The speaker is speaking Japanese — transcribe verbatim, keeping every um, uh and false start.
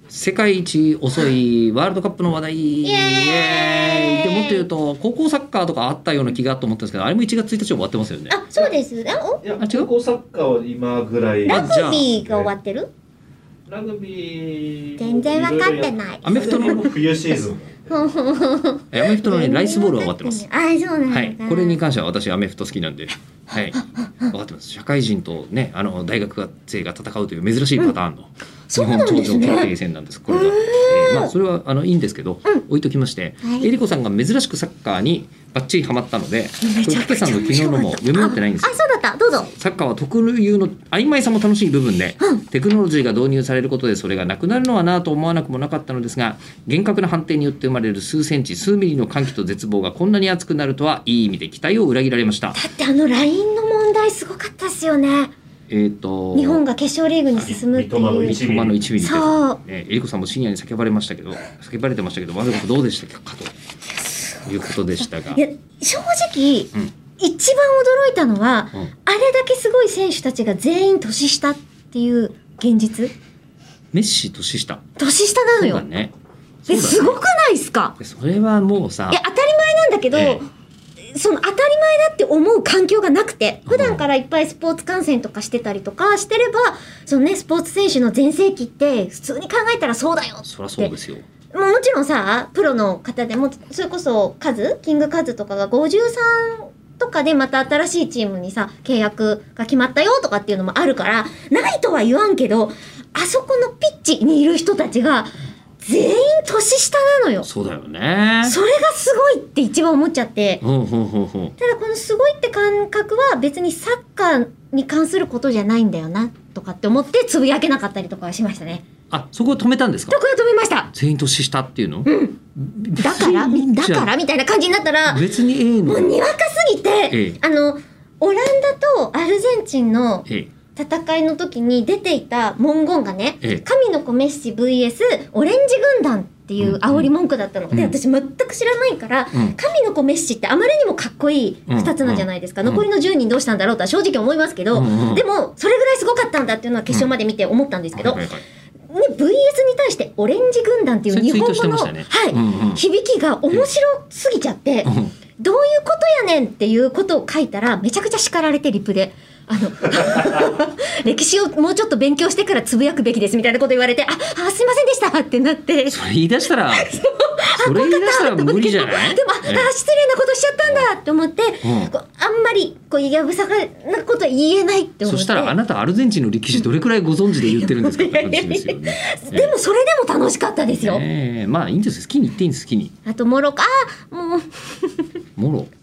世界一遅いワールドカップの話題イエーイでもっと言うと高校サッカーとかあったような気がと思ったんですけど、あれもいちがつついたち終わってますよね。 あ、そうです。あ、おいや、高校サッカーは今ぐらい。 ラグビーが終わってる？ ラグビー全然分かってない。 アメフトの冬シーズン。 アメフトの、ね、ライスボールは終わってます。 あ、そうなんだ。 はい、これに関しては私アメフト好きなんで、はい、分かってます。社会人とね、あの大学生が戦うという珍しいパターンの日本頂上決定戦なんです。これが、えー、まあそれはあのいいんですけど、置いときまして、えりこさんが珍しくサッカーにバッチリハマったので、たけさんの昨日のも読み終わってないんですよ。 あ、そうだった。どうぞ。 サッカーは特有の曖昧さも楽しい部分で、うん、テクノロジーが導入されることでそれがなくなるのはなと思わなくもなかったのですが、厳格な判定によって生まれる数センチ数ミリの歓喜と絶望がこんなに熱くなるとはいい意味で期待を裏切られました。 だってあのラインの問題すごかったですよね。 えー、と日本が決勝リーグに進むっていう三笘のいちミリで、 そうえー、えりこさんも深夜に叫ばれましたけど叫ばれてましたけど、ワールドカップどうでしたかということでしたが、 いや正直、うん、一番驚いたのは、うん、あれだけすごい選手たちが全員年下っていう現実。 メッシ年下年下なのよ。 そうだね。 え、すごくないですか。 それはもうさ、 いや当たり前なんだけど、ええ、その当たり前だって思う環境がなくて、普段からいっぱいスポーツ観戦とかしてたりとかしてれば、そのねスポーツ選手の全盛期って普通に考えたらそうだよって。 そりゃそうですよ。 ももちろんさ、プロの方でもそれこそカズキングカズとかがごじゅうさんとかでまた新しいチームにさ契約が決まったよとかっていうのもあるからないとは言わんけど、あそこのピッチにいる人たちが全員年下なのよ。 そうだよね。 それがすごいって一番思っちゃって、 ほうほうほうほう。 ただこのすごいって感覚は別にサッカーに関することじゃないんだよなとかって思ってつぶやけなかったりとかはしましたね。 あ、そこを止めたんですか。 そこは止めました。 全員年下っていうの、 うん、だからだからみたいな感じになったら別にええの。 もうにわかすぎて、ええ、あのオランダとアルゼンチンの戦いの時に出ていた文言がね、ええ、神の子メッシ ブイエス オレンジ軍団っていう煽り文句だったの、うん、で私全く知らないから、うん、神の子メッシってあまりにもかっこいいふたつなんじゃないですか、うんうん、残りのじゅうにんどうしたんだろうとは正直思いますけど、うんうん、でもそれぐらいすごかったんだっていうのは決勝まで見て思ったんですけど、うんはいはいはいね、ブイエス に対してオレンジ軍団っていう日本語の、ねはいうんうん、響きが面白すぎちゃって、うん、どういうことやねんっていうことを書いたらめちゃくちゃ叱られてリプであの歴史をもうちょっと勉強してからつぶやくべきですみたいなこと言われて、ああすいませんでしたってなって、 それ言い出したらそれ言い出したら無理じゃない。 でも、えあ失礼なことしちゃったんだって思って、うん、こうあんまりこうやぶさかなことは言えないって思って、 そしたらあなたアルゼンチンの歴史どれくらいご存知で言ってるんですかって感じですよね。 でもそれでも楽しかったですよ、 えー、まあいいんです、好きに言っていいんです。好きに。 あとモロッコ、あもうモロ